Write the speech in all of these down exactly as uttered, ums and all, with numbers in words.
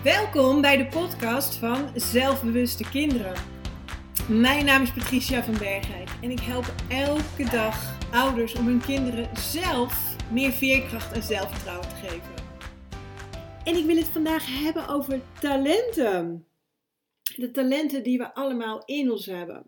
Welkom bij de podcast van Zelfbewuste Kinderen. Mijn naam is Patricia van Bergijk en ik help elke dag ouders om hun kinderen zelf meer veerkracht en zelfvertrouwen te geven. En ik wil het vandaag hebben over talenten. De talenten die we allemaal in ons hebben.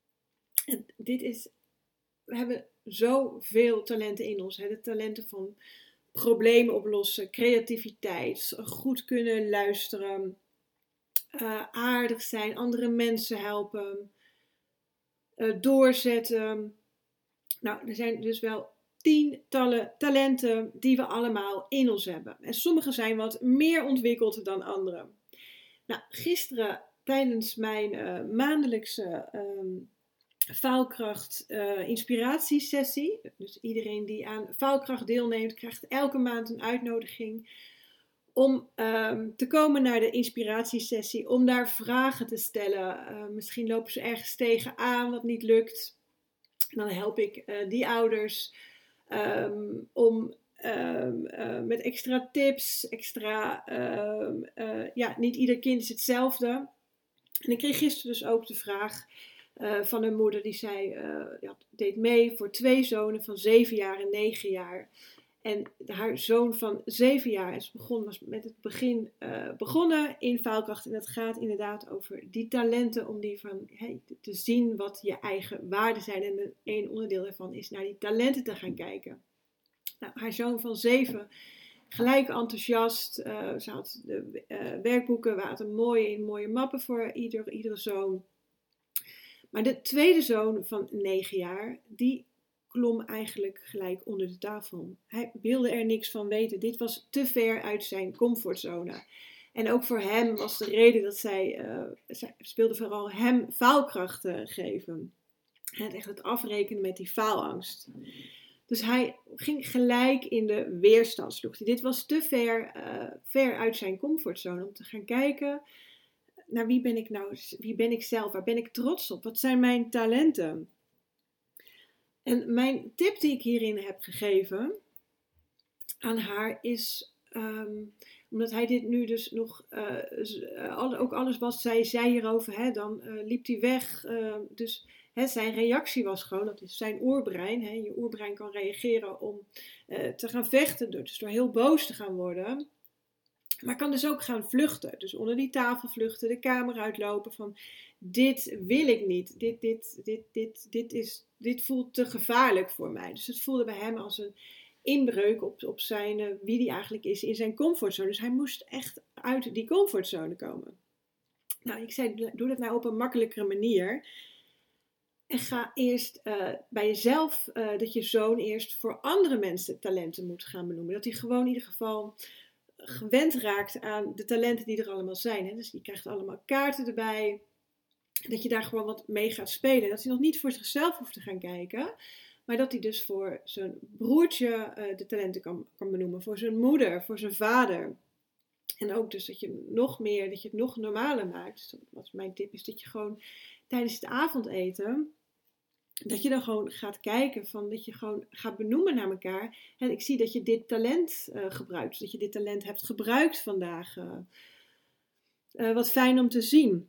En dit is, we hebben zoveel talenten in ons. Hè? De talenten van problemen oplossen, creativiteit, goed kunnen luisteren, uh, aardig zijn, andere mensen helpen, uh, doorzetten. Nou, er zijn dus wel tientallen talenten die we allemaal in ons hebben. En sommige zijn wat meer ontwikkeld dan andere. Nou, gisteren tijdens mijn uh, maandelijkse um, Vouwkracht uh, inspiratiesessie. Dus iedereen die aan Vouwkracht deelneemt krijgt elke maand een uitnodiging om um, te komen naar de inspiratiesessie. Om daar vragen te stellen. Uh, misschien lopen ze ergens tegenaan wat niet lukt. En dan help ik uh, die ouders um, om um, uh, met extra tips, extra, um, uh, ja, niet ieder kind is hetzelfde. En ik kreeg gisteren dus ook de vraag Uh, van een moeder die zei, uh, ja, deed mee voor twee zonen van zeven jaar en negen jaar. En haar zoon van zeven jaar is begon, was met het begin uh, begonnen in Vouwkracht. En het gaat inderdaad over die talenten, om die van hey, te zien wat je eigen waarden zijn. En een onderdeel daarvan is naar die talenten te gaan kijken. Nou, haar zoon van zeven, gelijk enthousiast. Uh, ze had de uh, werkboeken, waren mooie in mooie mappen voor ieder, iedere zoon. Maar de tweede zoon van negen jaar, die klom eigenlijk gelijk onder de tafel. Hij wilde er niks van weten. Dit was te ver uit zijn comfortzone. En ook voor hem was de reden dat zij, uh, zij speelde vooral hem faalkrachten geven. Hij had echt het afrekenen met die faalangst. Dus hij ging gelijk in de weerstand sloeg. Dit was te ver, uh, ver uit zijn comfortzone om te gaan kijken. Nou, wie ben ik nou? Wie ben ik zelf? Waar ben ik trots op? Wat zijn mijn talenten? En mijn tip die ik hierin heb gegeven aan haar is, um, omdat hij dit nu dus nog, uh, ook alles wat zij zei hierover, hè, dan uh, liep hij weg. Uh, dus hè, zijn reactie was gewoon, dat is zijn oerbrein. Hè, je oerbrein kan reageren om uh, te gaan vechten, dus door heel boos te gaan worden. Maar kan dus ook gaan vluchten. Dus onder die tafel vluchten, de kamer uitlopen van dit wil ik niet. Dit, dit, dit, dit, dit, is, dit voelt te gevaarlijk voor mij. Dus het voelde bij hem als een inbreuk op, op zijn, uh, wie die eigenlijk is in zijn comfortzone. Dus hij moest echt uit die comfortzone komen. Nou, ik zei, doe dat nou op een makkelijkere manier. En ga eerst uh, bij jezelf, uh, dat je zoon eerst voor andere mensen talenten moet gaan benoemen. Dat hij gewoon in ieder geval gewend raakt aan de talenten die er allemaal zijn. Hè? Dus je krijgt allemaal kaarten erbij. Dat je daar gewoon wat mee gaat spelen. Dat hij nog niet voor zichzelf hoeft te gaan kijken. Maar dat hij dus voor zijn broertje uh, de talenten kan, kan benoemen. Voor zijn moeder, voor zijn vader. En ook dus dat je nog meer, dat je het nog normaler maakt. Dus wat mijn tip is, dat je gewoon tijdens het avondeten, dat je dan gewoon gaat kijken, van dat je gewoon gaat benoemen naar elkaar. En ik zie dat je dit talent uh, gebruikt. Dat je dit talent hebt gebruikt vandaag. Uh, uh, wat fijn om te zien.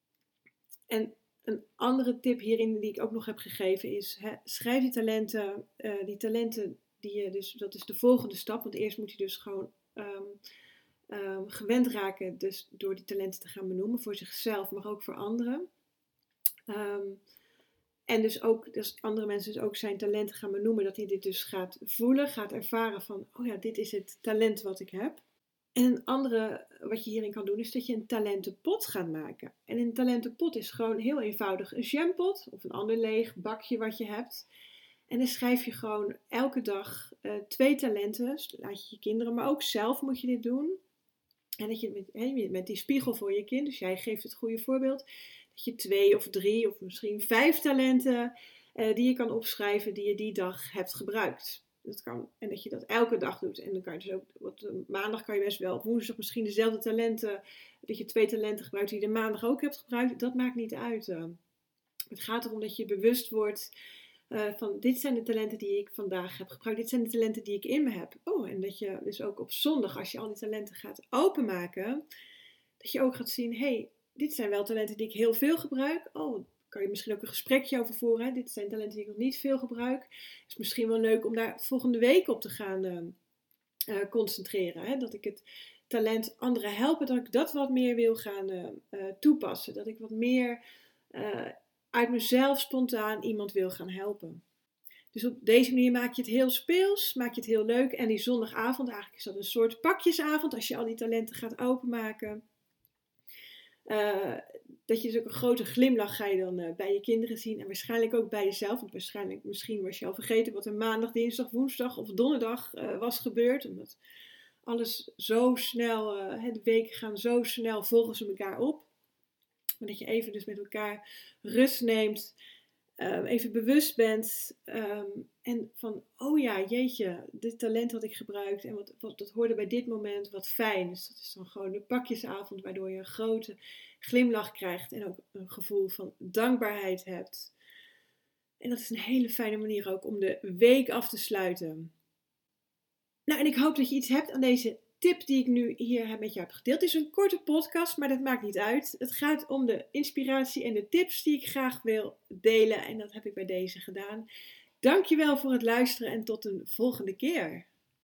En een andere tip hierin die ik ook nog heb gegeven is, hè, schrijf die talenten. Uh, die talenten, die je dus, dat is de volgende stap. Want eerst moet je dus gewoon um, um, gewend raken dus door die talenten te gaan benoemen. Voor zichzelf, maar ook voor anderen. Um, En dus ook, dus andere mensen dus ook zijn talenten gaan benoemen, dat hij dit dus gaat voelen, gaat ervaren van, oh ja, dit is het talent wat ik heb. En een andere wat je hierin kan doen, is dat je een talentenpot gaat maken. En een talentenpot is gewoon heel eenvoudig een jampot of een ander leeg bakje wat je hebt. En dan schrijf je gewoon elke dag uh, twee talenten, dus laat je je kinderen, maar ook zelf moet je dit doen. En dat je met, he, met die spiegel voor je kind, dus jij geeft het goede voorbeeld, dat je twee of drie of misschien vijf talenten uh, die je kan opschrijven die je die dag hebt gebruikt. Dat kan, en dat je dat elke dag doet. En dan kan je dus ook, wat, maandag kan je best wel, op woensdag misschien dezelfde talenten, dat je twee talenten gebruikt die je de maandag ook hebt gebruikt. Dat maakt niet uit. Uh. Het gaat erom dat je bewust wordt uh, van dit zijn de talenten die ik vandaag heb gebruikt. Dit zijn de talenten die ik in me heb. Oh, en dat je dus ook op zondag, als je al die talenten gaat openmaken, Dat je ook gaat zien, hé, hey, dit zijn wel talenten die ik heel veel gebruik. Oh, kan je misschien ook een gesprekje over voeren. Hè? Dit zijn talenten die ik nog niet veel gebruik. Het is misschien wel leuk om daar volgende week op te gaan uh, uh, concentreren. Hè? Dat ik het talent anderen helpen, dat ik dat wat meer wil gaan uh, uh, toepassen. Dat ik wat meer uh, uit mezelf spontaan iemand wil gaan helpen. Dus op deze manier maak je het heel speels, maak je het heel leuk. En die zondagavond, eigenlijk is dat een soort pakjesavond als je al die talenten gaat openmaken. Uh, dat je dus ook een grote glimlach ga je dan uh, bij je kinderen zien. En waarschijnlijk ook bij jezelf. Want waarschijnlijk, misschien was je al vergeten wat er maandag, dinsdag, woensdag of donderdag uh, was gebeurd. Omdat alles zo snel, uh, de weken gaan zo snel volgens elkaar op. Maar dat je even dus met elkaar rust neemt. Um, even bewust bent. Um, en van, oh ja, jeetje, dit talent had ik gebruikt. En wat, wat, dat hoorde bij dit moment, wat fijn. Dus dat is dan gewoon de pakjesavond. Waardoor je een grote glimlach krijgt. En ook een gevoel van dankbaarheid hebt. En dat is een hele fijne manier ook om de week af te sluiten. Nou, en ik hoop dat je iets hebt aan deze tip die ik nu hier met je heb gedeeld. Het is een korte podcast, maar dat maakt niet uit. Het gaat om de inspiratie en de tips die ik graag wil delen. En dat heb ik bij deze gedaan. Dankjewel voor het luisteren en tot een volgende keer.